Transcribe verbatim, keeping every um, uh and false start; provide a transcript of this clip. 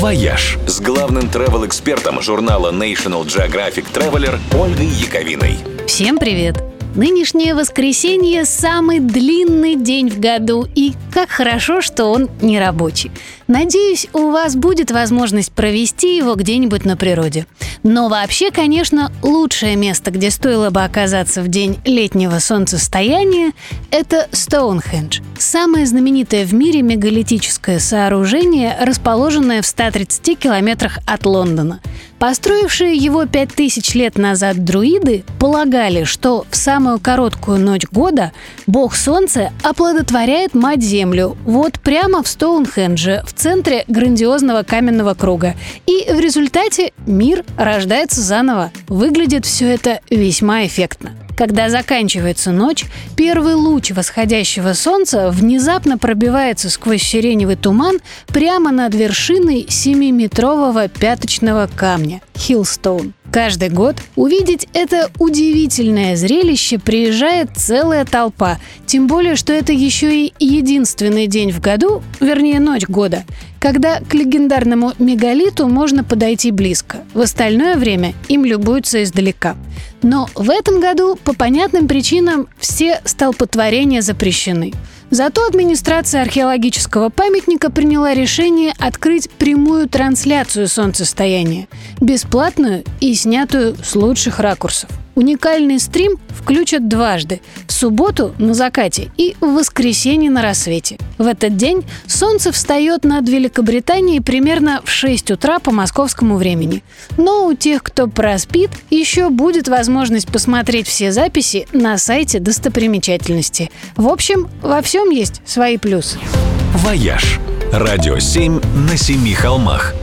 «Вояж» с главным travel-экспертом журнала National Geographic Traveler Ольгой Яковиной. Всем привет! Нынешнее воскресенье – самый длинный день в году, и как хорошо, что он не рабочий. Надеюсь, у вас будет возможность провести его где-нибудь на природе. Но вообще, конечно, лучшее место, где стоило бы оказаться в день летнего солнцестояния – это Стоунхендж. Самое знаменитое в мире мегалитическое сооружение, расположенное в ста тридцати километрах от Лондона. Построившие его пять тысяч лет назад друиды полагали, что в самую короткую ночь года бог Солнца оплодотворяет мать-Землю вот прямо в Стоунхендже, в центре грандиозного каменного круга. И в результате мир рождается заново. Выглядит все это весьма эффектно. Когда заканчивается ночь, первый луч восходящего солнца внезапно пробивается сквозь сиреневый туман прямо над вершиной семиметрового пяточного камня – Хиллстоун. Каждый год увидеть это удивительное зрелище приезжает целая толпа, тем более, что это еще и единственный день в году, вернее ночь года, когда к легендарному мегалиту можно подойти близко. В остальное время им любуются издалека. Но в этом году по понятным причинам все столпотворения запрещены. Зато администрация археологического памятника приняла решение открыть прямую трансляцию солнцестояния, бесплатную и снятую с лучших ракурсов. Уникальный стрим включат дважды – в субботу на закате и в воскресенье на рассвете. В этот день солнце встает над Великобританией примерно в шесть утра по московскому времени. Но у тех, кто проспит, еще будет возможность посмотреть все записи на сайте достопримечательности. В общем, во всем есть свои плюсы. «Вояж» – радио семь на семи холмах.